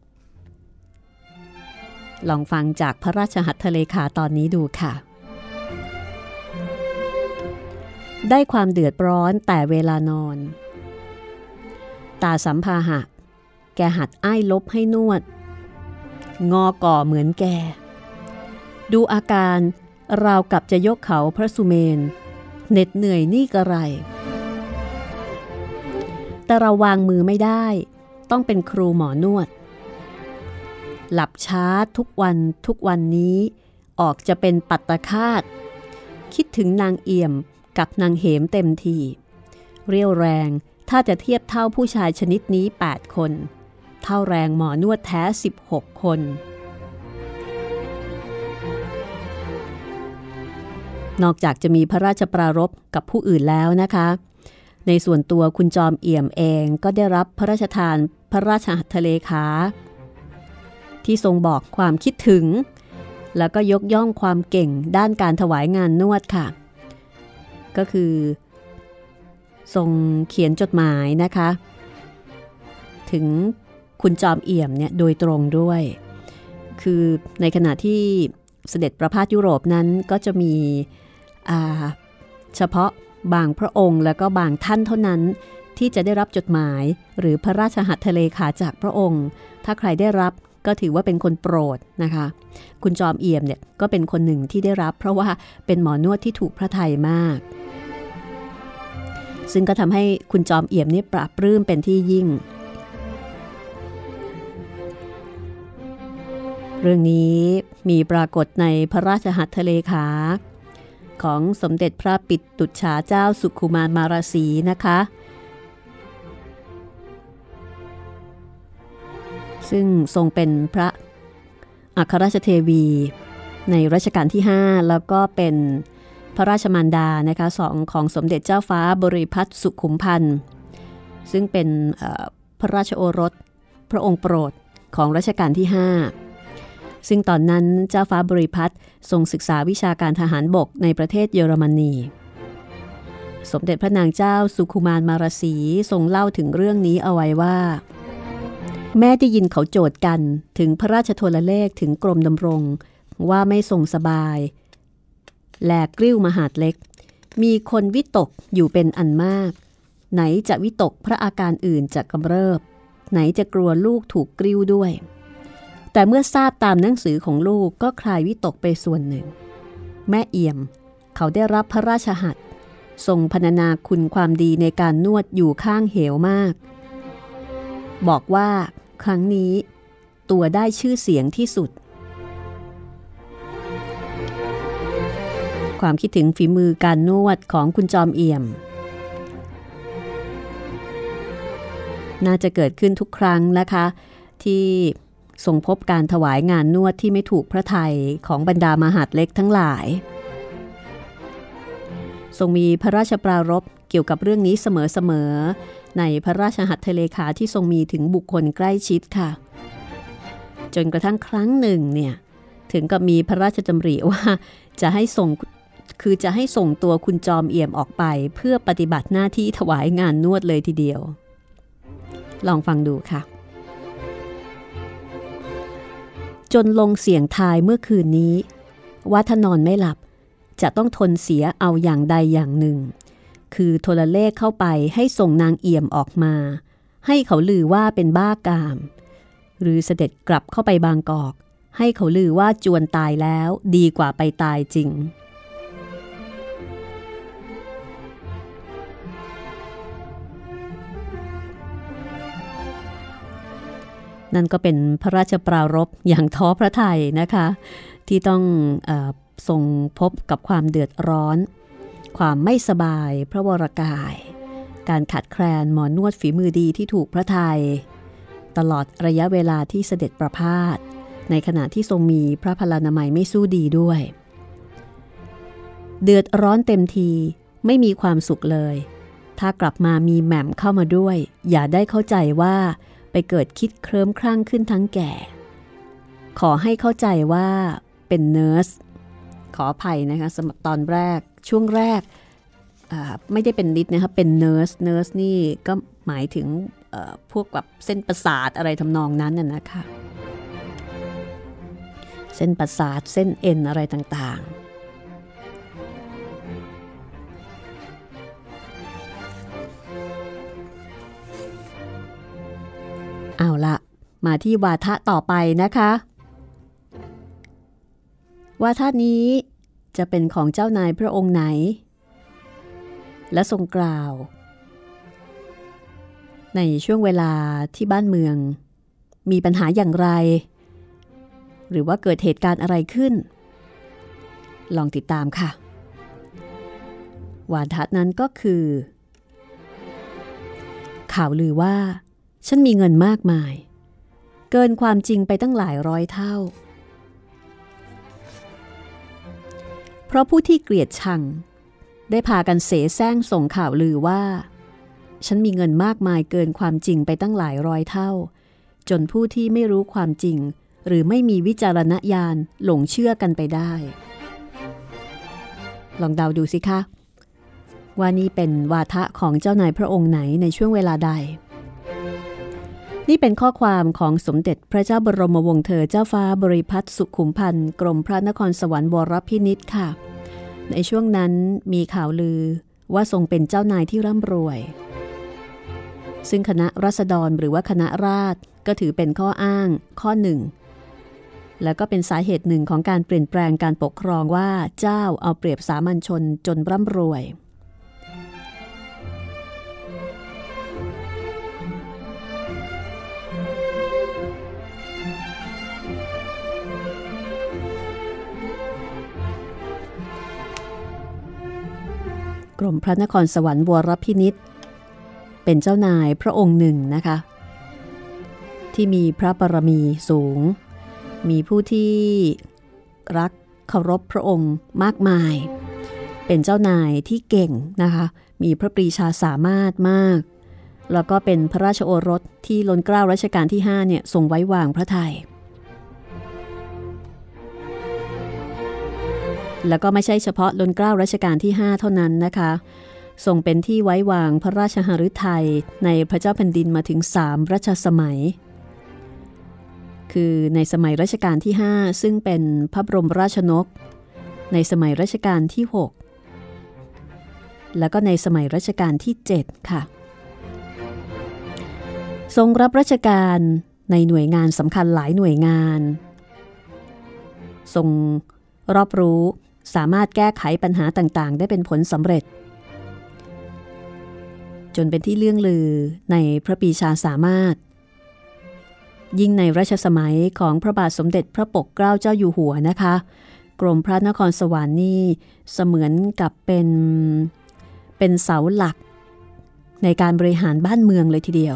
ลองฟังจากพระราชหัตถเลขาตอนนี้ดูค่ะได้ความเดือดร้อนแต่เวลานอนตาสัมภาหะแกหัดอ้ายลบให้นวดงอก่อเหมือนแกดูอาการราวกับจะยกเขาพระสุเมนเหน็ดเหนื่อยนี่กระไรแต่เราวางมือไม่ได้ต้องเป็นครูหมอนวดหลับช้าทุกวันนี้ออกจะเป็นปัตตคาตคิดถึงนางเอี่ยมกับนางเหมเต็มทีเรี่ยวแรงถ้าจะเทียบเท่าผู้ชายชนิดนี้8คนเท่าแรงหมอนวดแท้16คนนอกจากจะมีพระราชปรารภกับผู้อื่นแล้วนะคะในส่วนตัวคุณจอมเอี่ยมเองก็ได้รับพระราชทานพระราชหัตถเลขาที่ทรงบอกความคิดถึงแล้วก็ยกย่องความเก่งด้านการถวายงานนวดค่ะก็คือทรงเขียนจดหมายนะคะถึงคุณจอมเอี่ยมเนี่ยโดยตรงด้วยคือในขณะที่เสด็จประพาสยุโรปนั้นก็จะมีเฉพาะบางพระองค์แล้วก็บางท่านเท่านั้นที่จะได้รับจดหมายหรือพระราชหัตถเลขาจากพระองค์ถ้าใครได้รับก็ถือว่าเป็นคนโปรดนะคะคุณจอมเอี่ยมเนี่ยก็เป็นคนหนึ่งที่ได้รับเพราะว่าเป็นหมอนวดที่ถูกพระทัยมากซึ่งก็ทำให้คุณจอมเอี่ยมนี่ปราบปลื้มเป็นที่ยิ่งเรื่องนี้มีปรากฏในพระราชหัตถเลขาของสมเด็จพระปิตุฉาเจ้าสุขุมารมาราสีนะคะซึ่งทรงเป็นพระอัครราชเทวีในรัชกาลที่5แล้วก็เป็นพระราชมารดานะคะของสมเด็จเจ้าฟ้าบริพัตรสุขุมพันธ์ซึ่งเป็นพระราชโอรสพระองค์โปรดของรัชกาลที่5ซึ่งตอนนั้นเจ้าฟ้าบริพัตรทรงศึกษาวิชาการทหารบกในประเทศเยอรมนีสมเด็จพระนางเจ้าสุขุมารมาราสีทรงเล่าถึงเรื่องนี้เอาไว้ว่าแม่ได้ยินเขาโจทย์กันถึงพระราชโทรเลขถึงกรมดำรงว่าไม่ทรงสบายแลกลิ้วมหาดเล็กมีคนวิตกอยู่เป็นอันมากไหนจะวิตกพระอาการอื่นจะกำเริบไหนจะกลัวลูกถูกกลิ้วด้วยแต่เมื่อทราบตามหนังสือของลูกก็คลายวิตกไปส่วนหนึ่งแม่เอี่ยมเขาได้รับพระราชหัตถ์ทรงพรรณนาคุณความดีในการนวดอยู่ข้างเหวมากบอกว่าครั้งนี้ตัวได้ชื่อเสียงที่สุดความคิดถึงฝีมือการนวดของคุณจอมเอี่ยมน่าจะเกิดขึ้นทุกครั้งนะคะที่ทรงพบการถวายงานนวดที่ไม่ถูกพระทัยของบรรดามหาดเล็กทั้งหลายทรงมีพระราชปรารภเกี่ยวกับเรื่องนี้เสมอๆในพระราชหัตถเลขาที่ทรงมีถึงบุคคลใกล้ชิดค่ะจนกระทั่งครั้งหนึ่งเนี่ยถึงกับมีพระราชดำริว่าจะให้ส่งตัวคุณจอมเอี่ยมออกไปเพื่อปฏิบัติหน้าที่ถวายงานนวดเลยทีเดียวลองฟังดูค่ะจนลงเสียงทายเมื่อคืนนี้ว่าถ้านอนไม่หลับจะต้องทนเสียเอาอย่างใดอย่างหนึ่งคือโทรเลขเข้าไปให้ส่งนางเอี่ยมออกมาให้เขาลือว่าเป็นบ้ากามหรือเสด็จกลับเข้าไปบางกอกให้เขาลือว่าจวนตายแล้วดีกว่าไปตายจริงนั่นก็เป็นพระราชปรารภอย่างท้อพระทัยนะคะที่ต้องทรงพบกับความเดือดร้อนความไม่สบายพระวรกายการขาดแคลนหมอนวดฝีมือดีที่ถูกพระทัยตลอดระยะเวลาที่เสด็จประพาสในขณะที่ทรงมีพระพลานามัยไม่สู้ดีด้วยเดือดร้อนเต็มทีไม่มีความสุขเลยถ้ากลับมามีแหม่มเข้ามาด้วยอย่าได้เข้าใจว่าไปเกิดคิดเคลิ้มคลั่งขึ้นทั้งแก่ขอให้เข้าใจว่าเป็นเนิร์สขออภัยนะคะสำหรับตอนแรกช่วงแรกไม่ได้เป็นนิดนะคะเป็นเนิร์สนี่ก็หมายถึงพวกแบบเส้นประสาทอะไรทำนองนั้นน่ะนะคะเส้นประสาทเส้นเอ็นอะไรต่างๆเอาละมาที่วาทะต่อไปนะคะวาทะนี้จะเป็นของเจ้านายพระองค์ไหนและทรงกล่าวในช่วงเวลาที่บ้านเมืองมีปัญหาอย่างไรหรือว่าเกิดเหตุการณ์อะไรขึ้นลองติดตามค่ะวาทะนั้นก็คือข่าวลือว่าฉันมีเงินมากมายเกินความจริงไปตั้งหลายร้อยเท่าเพราะผู้ที่เกลียดชังได้พากันเสแสร้งส่งข่าวลือว่าฉันมีเงินมากมายเกินความจริงไปตั้งหลายร้อยเท่าจนผู้ที่ไม่รู้ความจริงหรือไม่มีวิจารณญาณหลงเชื่อกันไปได้ลองเดาดูสิคะว่านี่เป็นวาทะของเจ้านายพระองค์ไหนในช่วงเวลาใดนี่เป็นข้อความของสมเด็จพระเจ้าบรมวงศ์เธอเจ้าฟ้าบริพัตรสุขุมพันธ์กรมพระนครสวรรค์วรพินิจค่ะในช่วงนั้นมีข่าวลือว่าทรงเป็นเจ้านายที่ร่ำรวยซึ่งคณะราษฎรหรือว่าคณะราษฎรก็ถือเป็นข้ออ้างข้อหนึ่งแล้วก็เป็นสาเหตุหนึ่งของการเปลี่ยนแปลงการปกครองว่าเจ้าเอาเปรียบสามัญชนจนร่ำรวยกรมพระนครสวรรค์วรพินิจเป็นเจ้านายพระองค์หนึ่งนะคะที่มีพระบารมีสูงมีผู้ที่รักเคารพพระองค์มากมายเป็นเจ้านายที่เก่งนะคะมีพระปรีชาสามารถมากแล้วก็เป็นพระราชโอรสที่ล้นเกล้ารัชกาลที่5เนี่ยทรงไว้วางพระทัยแล้วก็ไม่ใช่เฉพาะล้นเกล้ารัชกาลที่5เท่านั้นนะคะทรงเป็นที่ไว้วางพระราชหฤทัยในพระเจ้าแผ่นดินมาถึง3รัชสมัยคือในสมัยรัชกาลที่5ซึ่งเป็นพระบรมราชนกในสมัยรัชกาลที่6แล้วก็ในสมัยรัชกาลที่7ค่ะทรงรับราชการในหน่วยงานสำคัญหลายหน่วยงานทรงรอบรู้สามารถแก้ไขปัญหาต่างๆได้เป็นผลสำเร็จจนเป็นที่เลื่องลือในพระปรีชาสามารถยิ่งในรัชสมัยของพระบาทสมเด็จพระปกเกล้าเจ้าอยู่หัวนะคะกรมพระนครสวรรค์นี่เสมือนกับเป็นเสาหลักในการบริหารบ้านเมืองเลยทีเดียว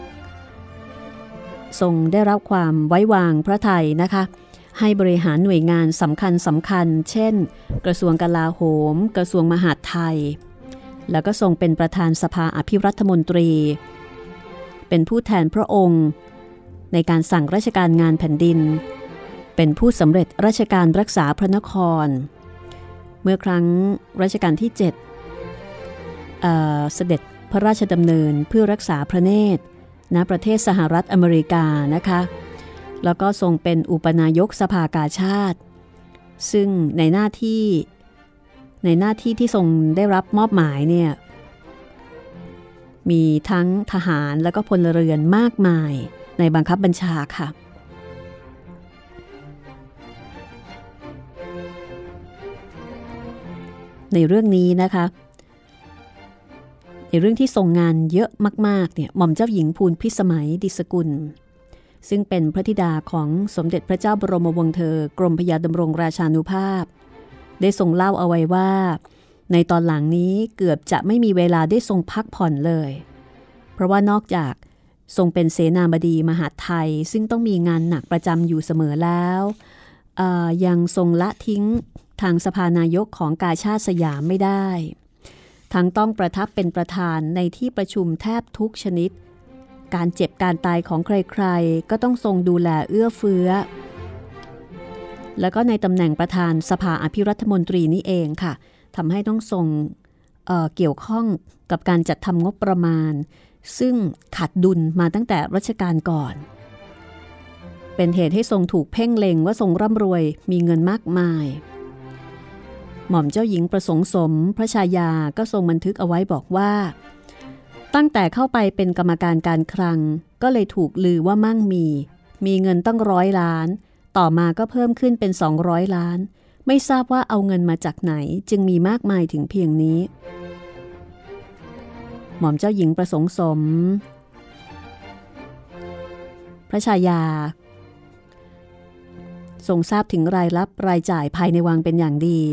ทรงได้รับความไว้วางพระทัยนะคะให้บริหารหน่วยงานสำคัญเช่นกระทรวงกลาโหมกระทรวงมหาดไทยแล้วก็ทรงเป็นประธานสภาอภิรัฐมนตรีเป็นผู้แทนพระองค์ในการสั่งราชการงานแผ่นดินเป็นผู้สำเร็จราชการรักษาพระนครเมื่อครั้งรัชกาลที่7เสด็จพระราชดำเนินเพื่อรักษาพระเนตรณประเทศสหรัฐอเมริกานะคะแล้วก็ทรงเป็นอุปนายกสภากาชาดซึ่งในหน้าที่ที่ทรงได้รับมอบหมายเนี่ยมีทั้งทหารและก็พลเรือนมากมายในบังคับบัญชาค่ะในเรื่องนี้นะคะในเรื่องที่ทรงงานเยอะมากๆเนี่ยหม่อมเจ้าหญิงภูลพิสมัยดิษกุลซึ่งเป็นพระธิดาของสมเด็จพระเจ้าบรมวงศ์เธอกรมพระยาดำรงราชานุภาพได้ทรงเล่าเอาไว้ว่าในตอนหลังนี้เกือบจะไม่มีเวลาได้ทรงพักผ่อนเลยเพราะว่านอกจากทรงเป็นเสนาบดีมหาดไทยซึ่งต้องมีงานหนักประจำอยู่เสมอแล้วยังทรงละทิ้งทางสภานายกของกาชาดสยามไม่ได้ทั้งต้องประทับเป็นประธานในที่ประชุมแทบทุกชนิดการเจ็บการตายของใครๆก็ต้องทรงดูแลเอื้อเฟื้อแล้วก็ในตำแหน่งประธานสภาอภิรัฐมนตรีนี่เองค่ะทำให้ต้องทรงเกี่ยวข้องกับการจัดทำงบประมาณซึ่งขาดดุลมาตั้งแต่รัชกาลก่อนเป็นเหตุให้ทรงถูกเพ่งเล็งว่าทรงร่ำรวยมีเงินมากมายหม่อมเจ้าหญิงประสงค์สมพระชายาก็ทรงบันทึกเอาไว้บอกว่าตั้งแต่เข้าไปเป็นกรรมการการคลังก็เลยถูกลือว่ามั่งมีเงินตั้ง100 ล้านต่อมาก็เพิ่มขึ้นเป็น200 ล้านไม่ทราบว่าเอาเงินมาจากไหนจึงมีมากมายถึงเพียงนี้หม่อมเจ้าหญิงประสงค์สมพระชายาทรงทราบถึงรายรับรายจ่ายภายในวังเป็นอย่างดี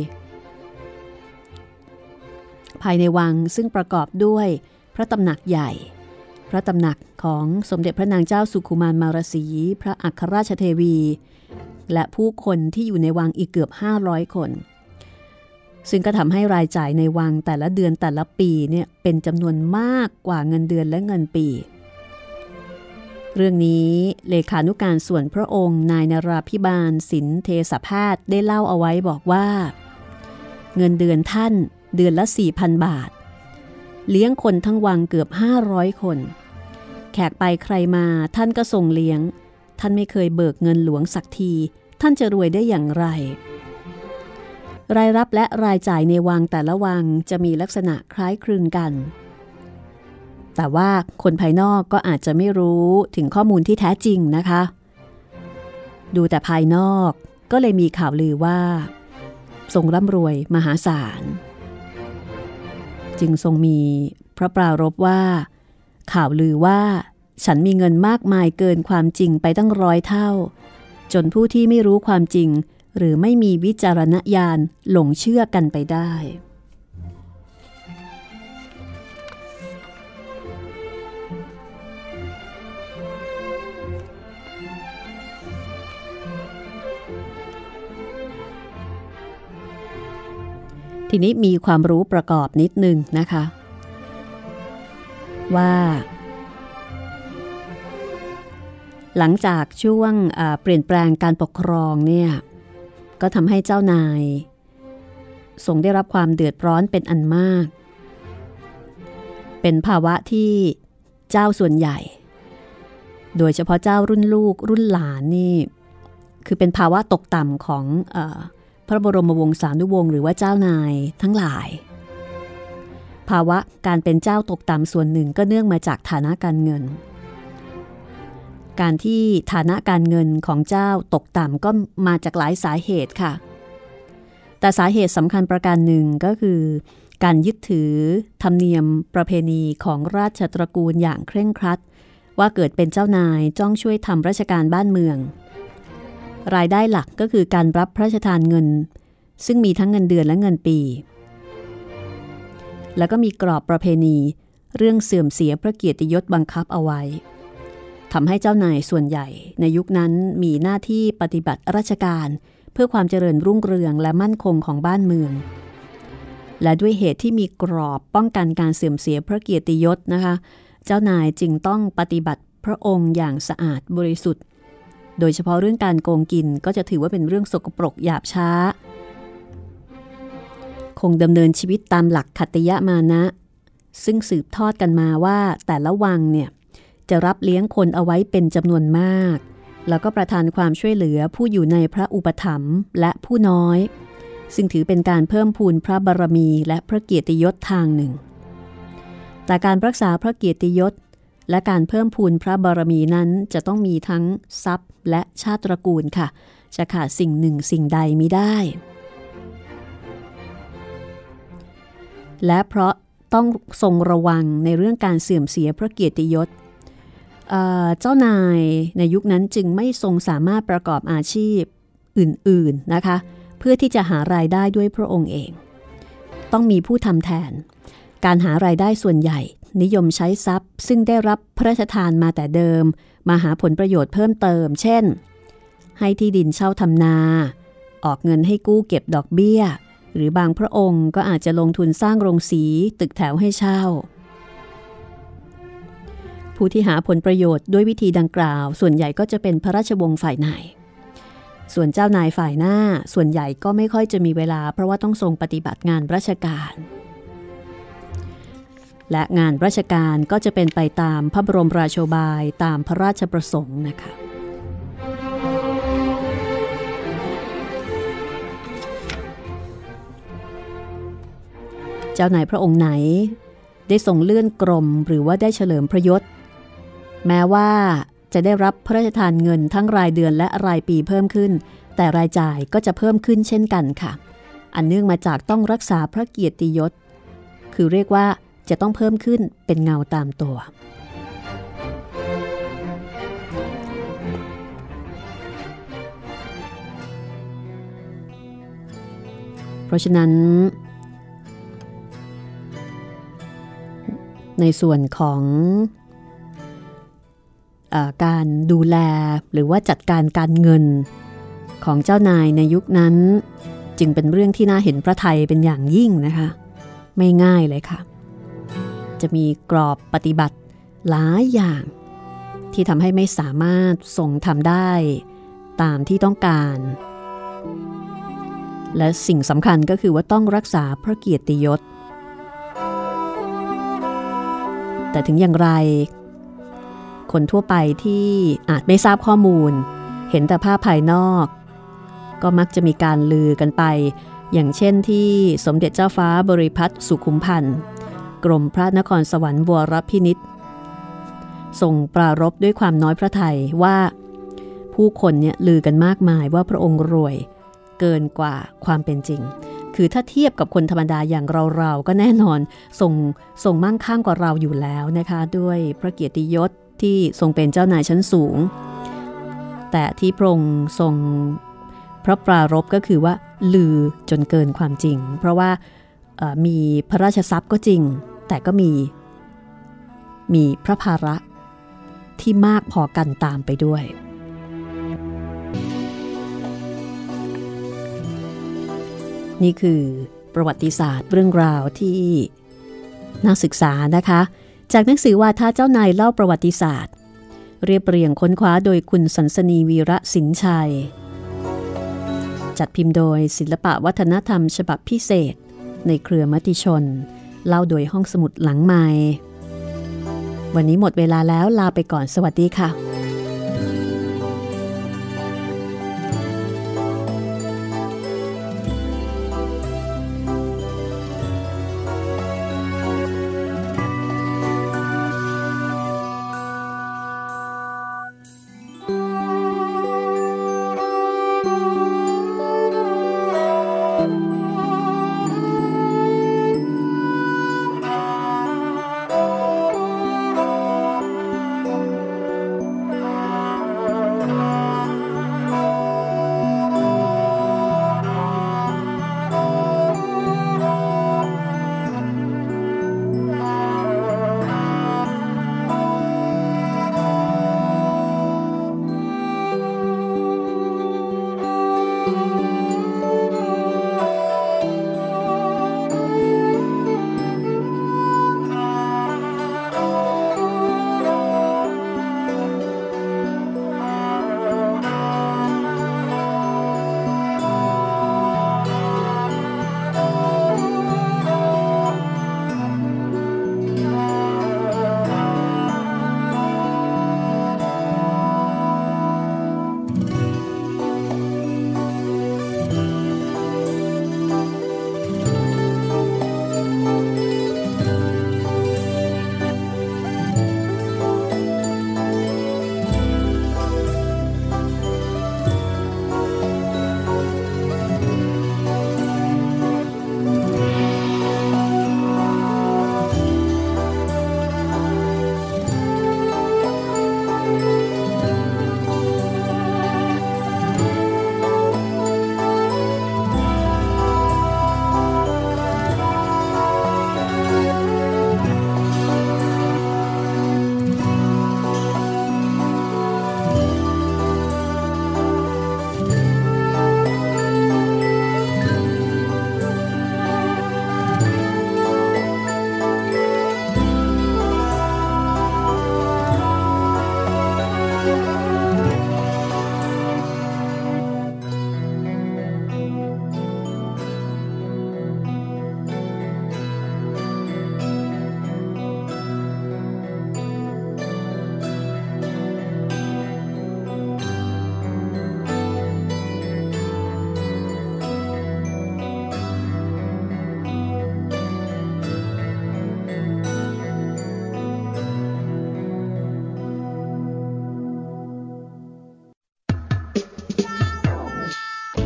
ภายในวังซึ่งประกอบด้วยพระตำหนักใหญ่พระตำหนักของสมเด็จพระนางเจ้าสุขุมารมารสีพระอัครราชเทวีและผู้คนที่อยู่ในวังอีกเกือบ500 คนซึ่งก็ทำให้รายจ่ายในวังแต่ละเดือนแต่ละปีเนี่ยเป็นจำนวนมากกว่าเงินเดือนและเงินปีเรื่องนี้เลขานุการส่วนพระองค์นายนราภิบาลสินเทสแพทย์ได้เล่าเอาไว้บอกว่าเงินเดือนท่านเดือนละ 4,000 บาทเลี้ยงคนทั้งวังเกือบ500 คนแขกไปใครมาท่านก็ส่งเลี้ยงท่านไม่เคยเบิกเงินหลวงสักทีท่านจะรวยได้อย่างไรรายรับและรายจ่ายในวังแต่ละวังจะมีลักษณะคล้ายคลึงกันแต่ว่าคนภายนอกก็อาจจะไม่รู้ถึงข้อมูลที่แท้จริงนะคะดูแต่ภายนอกก็เลยมีข่าวลือว่าทรงร่ำรวยมหาศาลจึงทรงมีพระปรารภว่าข่าวลือว่าฉันมีเงินมากมายเกินความจริงไปตั้ง100 เท่าจนผู้ที่ไม่รู้ความจริงหรือไม่มีวิจารณญาณหลงเชื่อกันไปได้ทีนี้มีความรู้ประกอบนิดนึงนะคะว่าหลังจากช่วงเปลี่ยนแปลงการปกครองเนี่ยก็ทำให้เจ้านายทรงได้รับความเดือดร้อนเป็นอันมากเป็นภาวะที่เจ้าส่วนใหญ่โดยเฉพาะเจ้ารุ่นลูกรุ่นหลานนี่คือเป็นภาวะตกต่ำของพระบรมวงศานุวงศ์หรือว่าเจ้านายทั้งหลายภาวะการเป็นเจ้าตกต่ำส่วนหนึ่งก็เนื่องมาจากฐานะการเงินการที่ฐานะการเงินของเจ้าตกต่ำก็มาจากหลายสาเหตุค่ะแต่สาเหตุสำคัญประการหนึ่งก็คือการยึดถือธรรมเนียมประเพณีของราชตระกูลอย่างเคร่งครัดว่าเกิดเป็นเจ้านายจ้องช่วยทำราชการบ้านเมืองรายได้หลักก็คือการรับพระราชทานเงินซึ่งมีทั้งเงินเดือนและเงินปีแล้วก็มีกรอบประเพณีเรื่องเสื่อมเสียพระเกียรติยศบังคับเอาไว้ทำให้เจ้านายส่วนใหญ่ในยุคนั้นมีหน้าที่ปฏิบัติราชการเพื่อความเจริญรุ่งเรืองและมั่นคงของบ้านเมืองและด้วยเหตุที่มีกรอบป้องกันการเสื่อมเสียพระเกียรติยศนะคะเจ้านายจึงต้องปฏิบัติพระองค์อย่างสะอาดบริสุทธิ์โดยเฉพาะเรื่องการโกงกินก็จะถือว่าเป็นเรื่องสกปรกหยาบช้าคงดำเนินชีวิตตามหลักขัตติยมานะซึ่งสืบทอดกันมาว่าแต่ละวังเนี่ยจะรับเลี้ยงคนเอาไว้เป็นจำนวนมากแล้วก็ประทานความช่วยเหลือผู้อยู่ในพระอุปถัมภ์และผู้น้อยซึ่งถือเป็นการเพิ่มพูนพระบารมีและพระเกียรติยศทางหนึ่งแต่การรักษาพระเกียรติยศและการเพิ่มพูนพระบารมีนั้นจะต้องมีทั้งทรัพย์และชาติตระกูลค่ะจะขาดสิ่งหนึ่งสิ่งใดมิได้และเพราะต้องทรงระวังในเรื่องการเสื่อมเสียพระเกียรติยศเจ้านายในยุคนั้นจึงไม่ทรงสามารถประกอบอาชีพอื่นๆนะคะเพื่อที่จะหารายได้ด้วยพระองค์เองต้องมีผู้ทำแทนการหารายได้ส่วนใหญ่นิยมใช้ทรัพย์ซึ่งได้รับพระราชทานมาแต่เดิมมาหาผลประโยชน์เพิ่มเติมเช่นให้ที่ดินเช่าทำนาออกเงินให้กู้เก็บดอกเบี้ยหรือบางพระองค์ก็อาจจะลงทุนสร้างโรงสีตึกแถวให้เช่าผู้ที่หาผลประโยชน์ด้วยวิธีดังกล่าวส่วนใหญ่ก็จะเป็นพระราชวงศ์ฝ่ายในส่วนเจ้านายฝ่ายหน้าส่วนใหญ่ก็ไม่ค่อยจะมีเวลาเพราะว่าต้องทรงปฏิบัติงานราชการและงานราชการก็จะเป็นไปตามพระบรมราโชบายตามพระราชประสงค์นะคะเจ้านายพระองค์ไหนได้ทรงเลื่อนกรมหรือว่าได้เฉลิมพระยศแม้ว่าจะได้รับพระราชทานเงินทั้งรายเดือนและรายปีเพิ่มขึ้นแต่รายจ่ายก็จะเพิ่มขึ้นเช่นกันค่ะอันเนื่องมาจากต้องรักษาพระเกียรติยศคือเรียกว่าจะต้องเพิ่มขึ้นเป็นเงาตามตัวเพราะฉะนั้นในส่วนของการดูแลหรือว่าจัดการการเงินของเจ้านายในยุคนั้นจึงเป็นเรื่องที่น่าเห็นพระทัยเป็นอย่างยิ่งนะคะไม่ง่ายเลยค่ะจะมีกรอบปฏิบัติหลายอย่างที่ทำให้ไม่สามารถทรงทำได้ตามที่ต้องการและสิ่งสำคัญก็คือว่าต้องรักษาพระเกียรติยศแต่ถึงอย่างไรคนทั่วไปที่อาจไม่ทราบข้อมูลเห็นแต่ภาพภายนอกก็มักจะมีการลือกันไปอย่างเช่นที่สมเด็จเจ้าฟ้าบริพัตรสุขุมพันธ์กรมพระนครสวรรค์วรพินิจทรงปรารภด้วยความน้อยพระทัยว่าผู้คนเนี่ยลือกันมากมายว่าพระองค์รวยเกินกว่าความเป็นจริงคือถ้าเทียบกับคนธรรมดาอย่างเราก็แน่นอนทรงมั่งคั่งกว่าเราอยู่แล้วนะคะด้วยพระเกียรติยศที่ทรงเป็นเจ้านายชั้นสูงแต่ที่พระองค์ทรงพระปรารภก็คือว่าลือจนเกินความจริงเพราะว่ามีพระราชทรัพย์ก็จริงแต่ก็มีพระภาระที่มากพอกันตามไปด้วยนี่คือประวัติศาสตร์เรื่องราวที่น่าศึกษานะคะจากหนังสือวาทะเจ้านายเล่าประวัติศาสตร์เรียบเรียงค้นคว้าโดยคุณสันสนีวีระสินชัยจัดพิมพ์โดยศิลปะวัฒนธรรมฉบับพิเศษในเครือมติชนเล่าโดยห้องสมุดหลังไมค์วันนี้หมดเวลาแล้วลาไปก่อนสวัสดีค่ะ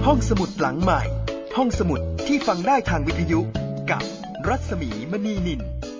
ห้องสมุดหลังใหม่ห้องสมุดที่ฟังได้ทางวิทยุกับรัศมีมณีนิน